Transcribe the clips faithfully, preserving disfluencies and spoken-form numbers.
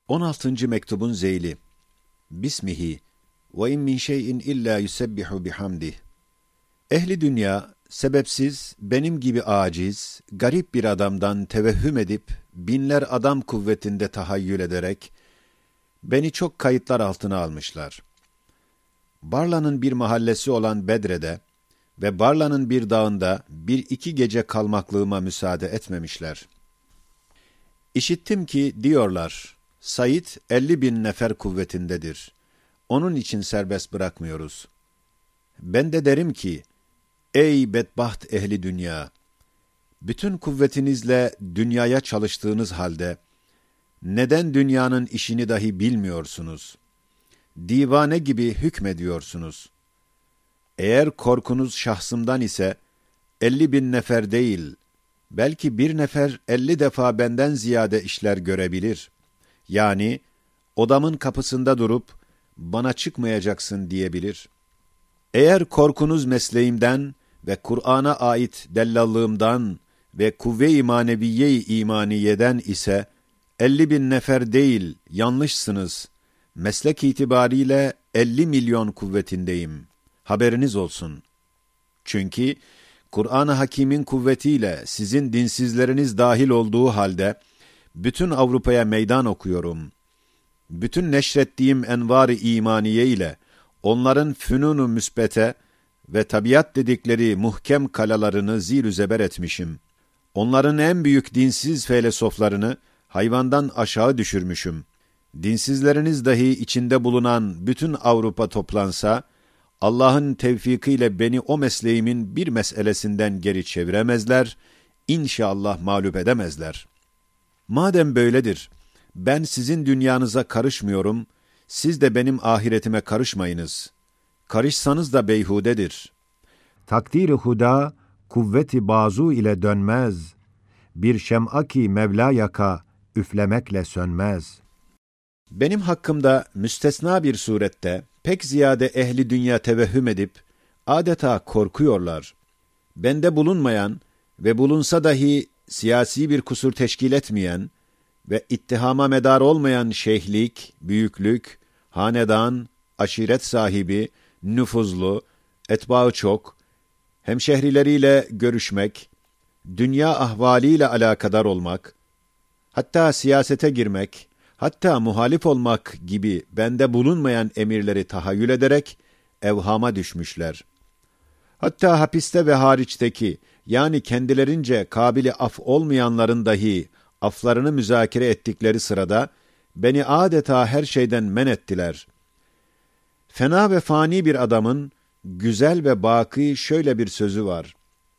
on altıncı mektubun zeyli. Bismihi ve in min şeyin illa yusebbihu bihamdih. Ehli dünya sebepsiz benim gibi aciz, garip bir adamdan tevehhüm edip binler adam kuvvetinde tahayyül ederek beni çok kayıtlar altına almışlar. Barla'nın bir mahallesi olan Bedre'de ve Barla'nın bir dağında bir iki gece kalmaklığıma müsaade etmemişler. İşittim ki diyorlar, Said elli bin nefer kuvvetindedir. Onun için serbest bırakmıyoruz. Ben de derim ki, ey bedbaht ehli dünya! Bütün kuvvetinizle dünyaya çalıştığınız halde, neden dünyanın işini dahi bilmiyorsunuz? Divane gibi hükmediyorsunuz. Eğer korkunuz şahsımdan ise, elli bin nefer değil, belki bir nefer elli defa benden ziyade işler görebilir. Yani, odamın kapısında durup, bana çıkmayacaksın diyebilir. Eğer korkunuz mesleğimden ve Kur'an'a ait dellallığımdan ve kuvve-i maneviye-i imaniyeden ise, elli bin nefer değil, yanlışsınız. Meslek itibariyle elli milyon kuvvetindeyim. Haberiniz olsun. Çünkü Kur'an-ı Hakîm'in kuvvetiyle sizin dinsizleriniz dahil olduğu halde, bütün Avrupa'ya meydan okuyorum. Bütün neşrettiğim envar-ı imaniye ile, onların fünun-u müsbete ve tabiat dedikleri muhkem kalalarını zir-ü zeber etmişim. Onların en büyük dinsiz felsefelerini hayvandan aşağı düşürmüşüm. Dinsizleriniz dahi içinde bulunan bütün Avrupa toplansa, Allah'ın tevfikiyle beni o mesleğimin bir meselesinden geri çeviremezler, İnşallah mağlup edemezler. Madem böyledir, ben sizin dünyanıza karışmıyorum, siz de benim ahiretime karışmayınız. Karışsanız da beyhudedir. Takdir-i huda, kuvveti bazu ile dönmez. Bir şem'a ki Mevla yaka, üflemekle sönmez. Benim hakkımda müstesna bir surette pek ziyade ehli dünya tevehhüm edip adeta korkuyorlar. Bende bulunmayan ve bulunsa dahi siyasi bir kusur teşkil etmeyen ve ittihama medar olmayan şeyhlik, büyüklük, hanedan, aşiret sahibi, nüfuzlu, etbaı çok, hemşehrileriyle görüşmek, dünya ahvaliyle alakadar olmak, hatta siyasete girmek, hatta muhalif olmak gibi bende bulunmayan emirleri tahayyül ederek evhama düşmüşler. Hatta hapiste ve hariçteki, yani kendilerince kabili af olmayanların dahi aflarını müzakere ettikleri sırada, beni adeta her şeyden men ettiler. Fena ve fani bir adamın, güzel ve baki şöyle bir sözü var.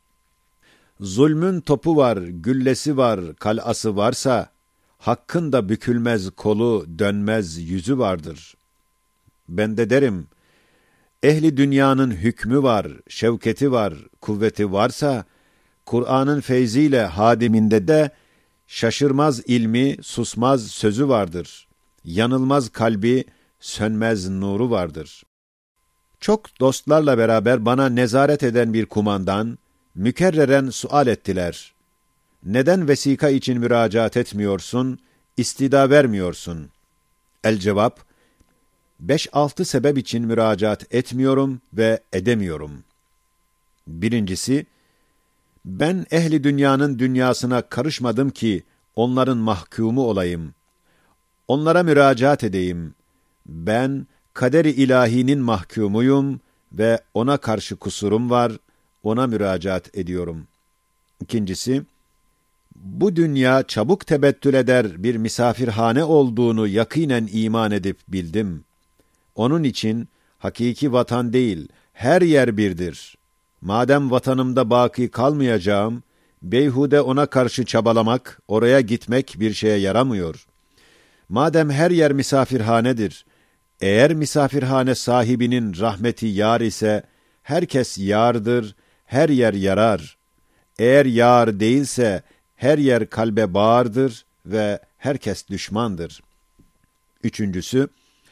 Zulmün topu var, güllesi var, kalası varsa, hakkın da bükülmez kolu, dönmez yüzü vardır. Ben de derim, ehli dünyanın hükmü var, şevketi var, kuvveti varsa, Kur'an'ın feyziyle hadiminde de, şaşırmaz ilmi, susmaz sözü vardır. Yanılmaz kalbi, sönmez nuru vardır. Çok dostlarla beraber bana nezaret eden bir kumandan, mükerreren sual ettiler. Neden vesika için müracaat etmiyorsun, istida vermiyorsun? El cevap, beş altı sebep için müracaat etmiyorum ve edemiyorum. Birincisi, ben ehli dünyanın dünyasına karışmadım ki onların mahkumu olayım. Onlara müracaat edeyim. Ben kader-i ilahinin mahkumuyum ve ona karşı kusurum var, ona müracaat ediyorum. İkincisi, bu dünya çabuk tebettül eder bir misafirhane olduğunu yakinen iman edip bildim. Onun için hakiki vatan değil, her yer birdir. Madem vatanımda baki kalmayacağım, beyhude ona karşı çabalamak, oraya gitmek bir şeye yaramıyor. Madem her yer misafirhanedir, eğer misafirhane sahibinin rahmeti yar ise, herkes yardır, her yer yarar. Eğer yar değilse, her yer kalbe bağırdır ve herkes düşmandır. Üçüncüsü,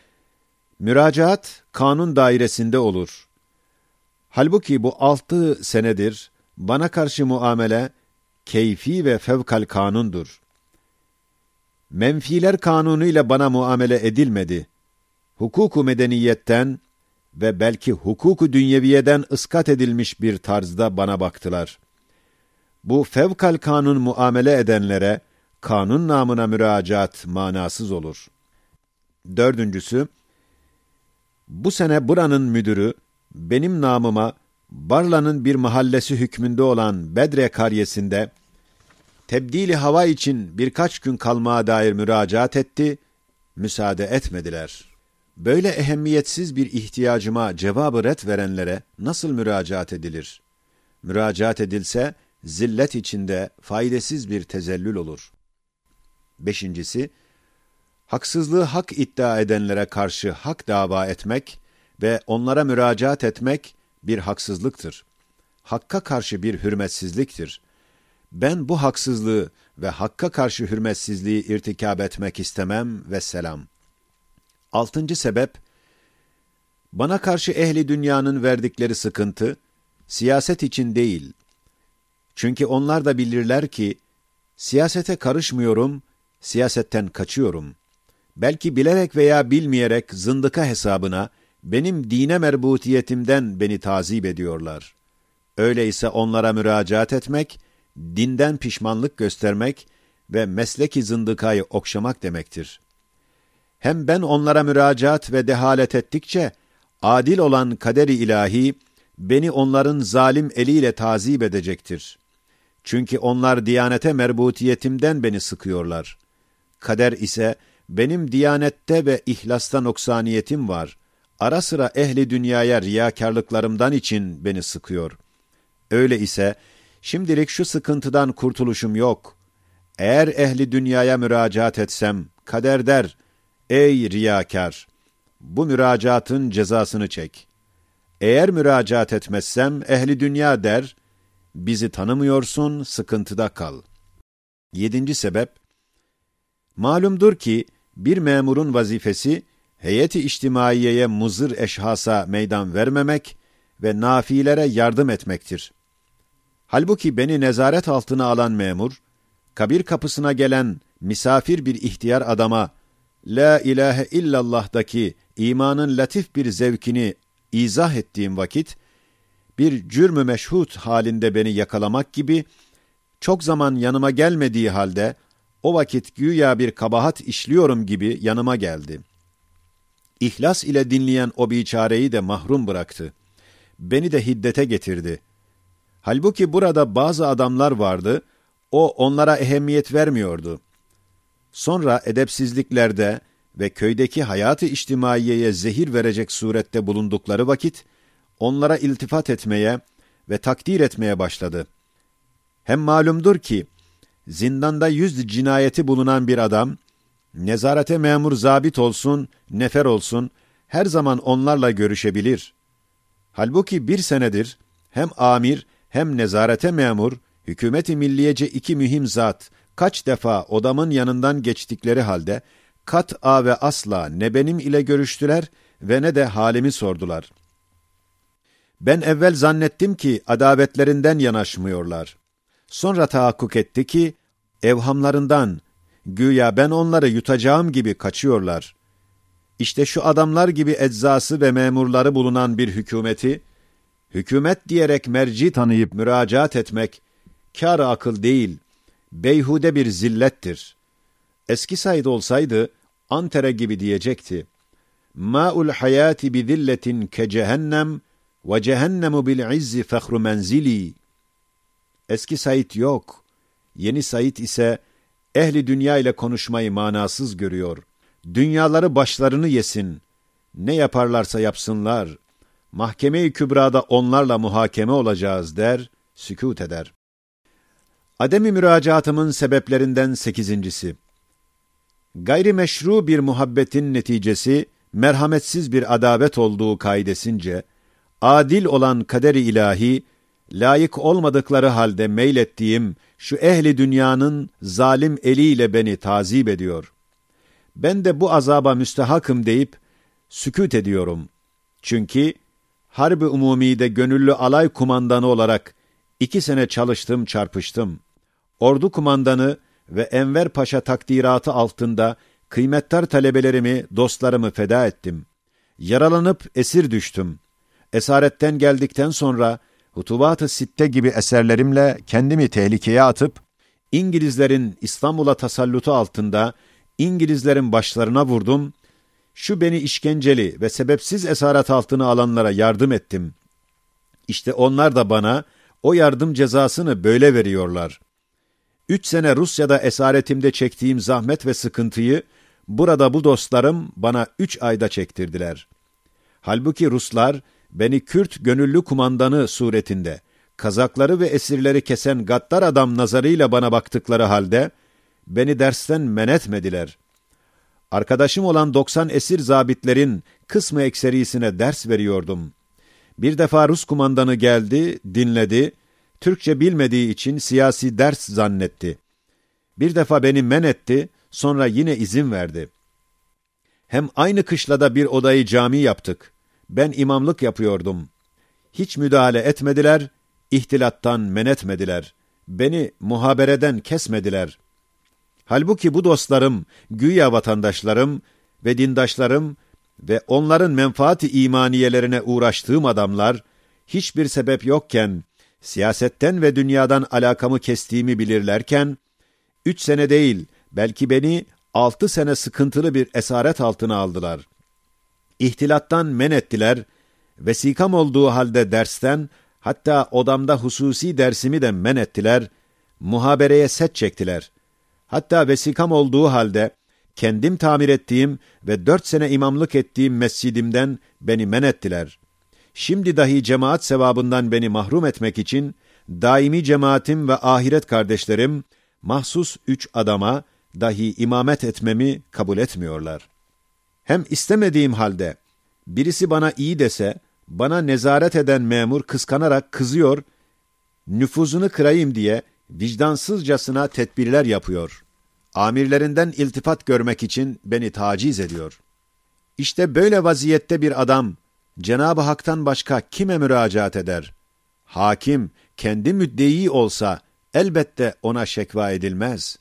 müracaat kanun dairesinde olur. Halbuki bu altı senedir bana karşı muamele keyfi ve fevkal kanundur. menfiler kanunuyla bana muamele edilmedi. Hukuku medeniyetten ve belki hukuku dünyeviyeden ıskat edilmiş bir tarzda bana baktılar. Bu fevkal kanun muamele edenlere kanun namına müracaat manasız olur. Dördüncüsü, bu sene buranın müdürü benim namıma Barla'nın bir mahallesi hükmünde olan Bedre karyesinde tebdili hava için birkaç gün kalmaya dair müracaat etti, müsaade etmediler. Böyle ehemmiyetsiz bir ihtiyacıma cevabı ret verenlere nasıl müracaat edilir? Müracaat edilse, zillet içinde faydasız bir tezellül olur. Beşincisi, haksızlığı hak iddia edenlere karşı hak dava etmek ve onlara müracaat etmek bir haksızlıktır. Hakka karşı bir hürmetsizliktir. Ben bu haksızlığı ve hakka karşı hürmetsizliği irtikab etmek istemem ve selam. Altıncı sebep, bana karşı ehli dünyanın verdikleri sıkıntı, siyaset için değil. Çünkü onlar da bilirler ki, siyasete karışmıyorum, siyasetten kaçıyorum. Belki bilerek veya bilmeyerek zındıka hesabına, benim dine merbutiyetimden beni tazip ediyorlar. Öyleyse onlara müracaat etmek, dinden pişmanlık göstermek ve mesleki zındıkayı okşamak demektir. Hem ben onlara müracaat ve dehalet ettikçe, adil olan kader-i ilahi, beni onların zalim eliyle tazip edecektir. Çünkü onlar diyanete merbutiyetimden beni sıkıyorlar. Kader ise, benim diyanette ve ihlasta noksaniyetim var. Ara sıra ehli dünyaya riyakarlıklarımdan için beni sıkıyor. Öyle ise, şimdilik şu sıkıntıdan kurtuluşum yok. Eğer ehli dünyaya müracaat etsem, kader der, ey riyakar, bu müracaatın cezasını çek. Eğer müracaat etmezsem, ehli dünya der, bizi tanımıyorsun, sıkıntıda kal. Yedinci sebep, malumdur ki, bir memurun vazifesi, heyeti içtimaiyeye muzır eşhasa meydan vermemek ve nafilere yardım etmektir. Halbuki beni nezaret altına alan memur, kabir kapısına gelen misafir bir ihtiyar adama, La ilahe illallah'daki imanın latif bir zevkini izah ettiğim vakit, bir cürmü meşhut halinde beni yakalamak gibi, çok zaman yanıma gelmediği halde, o vakit güya bir kabahat işliyorum gibi yanıma geldi. İhlas ile dinleyen o biçareyi de mahrum bıraktı. Beni de hiddete getirdi. Halbuki burada bazı adamlar vardı, o onlara ehemmiyet vermiyordu. Sonra edepsizliklerde ve köydeki hayat-ı içtimaiyeye zehir verecek surette bulundukları vakit, onlara iltifat etmeye ve takdir etmeye başladı. Hem malumdur ki, zindanda yüz cinayeti bulunan bir adam, nezarete memur zabit olsun, nefer olsun, her zaman onlarla görüşebilir. Halbuki bir senedir, hem amir hem nezarete memur, hükümet-i milliyece iki mühim zat, kaç defa odamın yanından geçtikleri halde, kat'a ve asla ne benim ile görüştüler ve ne de halimi sordular. Ben evvel zannettim ki adavetlerinden yanaşmıyorlar. Sonra tahakkuk etti ki, evhamlarından, güya ben onları yutacağım gibi kaçıyorlar. İşte şu adamlar gibi eczası ve memurları bulunan bir hükümeti, hükümet diyerek merci tanıyıp müracaat etmek, kâr-ı akıl değil, beyhude bir zillettir. Eski Said olsaydı, Antere gibi diyecekti. Mâ'ul hayâti bi zilletin ke cehennem ve cehennemu bil izzi fehru menzili. Eski Said yok. Yeni Said ise ehli dünya ile konuşmayı manasız görüyor. Dünyaları başlarını yesin. Ne yaparlarsa yapsınlar. Mahkeme-i Kübra'da onlarla muhakeme olacağız der, sükût eder. Ademi müracaatımın sebeplerinden sekizincisi. Gayrimeşru bir muhabbetin neticesi, merhametsiz bir adavet olduğu kaidesince, adil olan kader-i ilahi, layık olmadıkları halde meylettiğim şu ehli dünyanın zalim eliyle beni tazip ediyor. Ben de bu azaba müstehakım deyip, sükût ediyorum. Çünkü, Harb-ı Umumi'de gönüllü alay kumandanı olarak iki sene çalıştım, çarpıştım. Ordu kumandanı ve Enver Paşa takdiratı altında kıymetdar talebelerimi, dostlarımı feda ettim. Yaralanıp esir düştüm. Esaretten geldikten sonra Hutubat-ı Sitte gibi eserlerimle kendimi tehlikeye atıp, İngilizlerin İstanbul'a tasallutu altında İngilizlerin başlarına vurdum. Şu beni işkenceli ve sebepsiz esaret altına alanlara yardım ettim. İşte onlar da bana o yardım cezasını böyle veriyorlar. Üç sene Rusya'da esaretimde çektiğim zahmet ve sıkıntıyı burada bu dostlarım bana üç ayda çektirdiler. Halbuki Ruslar beni Kürt gönüllü kumandanı suretinde, kazakları ve esirleri kesen gaddar adam nazarıyla bana baktıkları halde, beni dersten men etmediler. Arkadaşım olan doksan esir zabitlerin kısmı ekserisine ders veriyordum. Bir defa Rus kumandanı geldi, dinledi, Türkçe bilmediği için siyasi ders zannetti. Bir defa beni men etti, sonra yine izin verdi. Hem aynı kışlada bir odayı cami yaptık. Ben imamlık yapıyordum. Hiç müdahale etmediler, ihtilattan men etmediler. Beni muhabereden kesmediler. Halbuki bu dostlarım, güya vatandaşlarım ve dindaşlarım ve onların menfaati imaniyelerine uğraştığım adamlar, hiçbir sebep yokken, siyasetten ve dünyadan alakamı kestiğimi bilirlerken, üç sene değil, belki beni altı sene sıkıntılı bir esaret altına aldılar. İhtilattan men ettiler, vesikam olduğu halde dersten, hatta odamda hususi dersimi de men ettiler, muhabereye set çektiler. Hatta vesikam olduğu halde, kendim tamir ettiğim ve dört sene imamlık ettiğim mescidimden beni men ettiler. Şimdi dahi cemaat sevabından beni mahrum etmek için, daimi cemaatim ve ahiret kardeşlerim, mahsus üç adama dahi imamet etmemi kabul etmiyorlar. Hem istemediğim halde, birisi bana iyi dese, bana nezaret eden memur kıskanarak kızıyor, nüfuzunu kırayım diye vicdansızcasına tedbirler yapıyor. Amirlerinden iltifat görmek için beni taciz ediyor. İşte böyle vaziyette bir adam, Cenab-ı Hak'tan başka kime müracaat eder? Hakim, kendi müddei olsa, elbette ona şekva edilmez.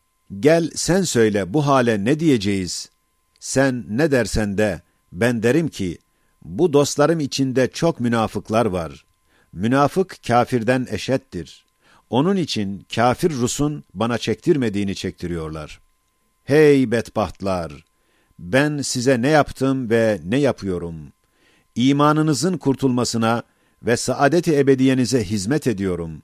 Gel sen söyle bu hale ne diyeceğiz? Sen ne dersen de, ben derim ki, bu dostlarım içinde çok münafıklar var. Münafık kâfirden eşettir. Onun için kâfir Rus'un bana çektirmediğini çektiriyorlar. Hey bedbahtlar! Ben size ne yaptım ve ne yapıyorum? İmanınızın kurtulmasına ve saadet-i ebediyenize hizmet ediyorum.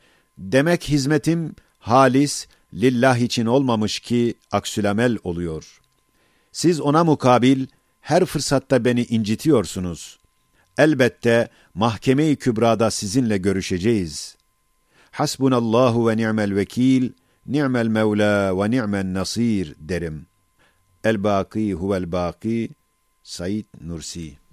Demek hizmetim halis, lillah için olmamış ki aksülamel oluyor. Siz ona mukabil her fırsatta beni incitiyorsunuz. Elbette mahkeme-i kübrada sizinle görüşeceğiz. Hasbunallahu ve ni'mel vekil, ni'mel mevla ve ni'men nasir derim. El-Bâkî huvel-Bâkî, Said Nursi.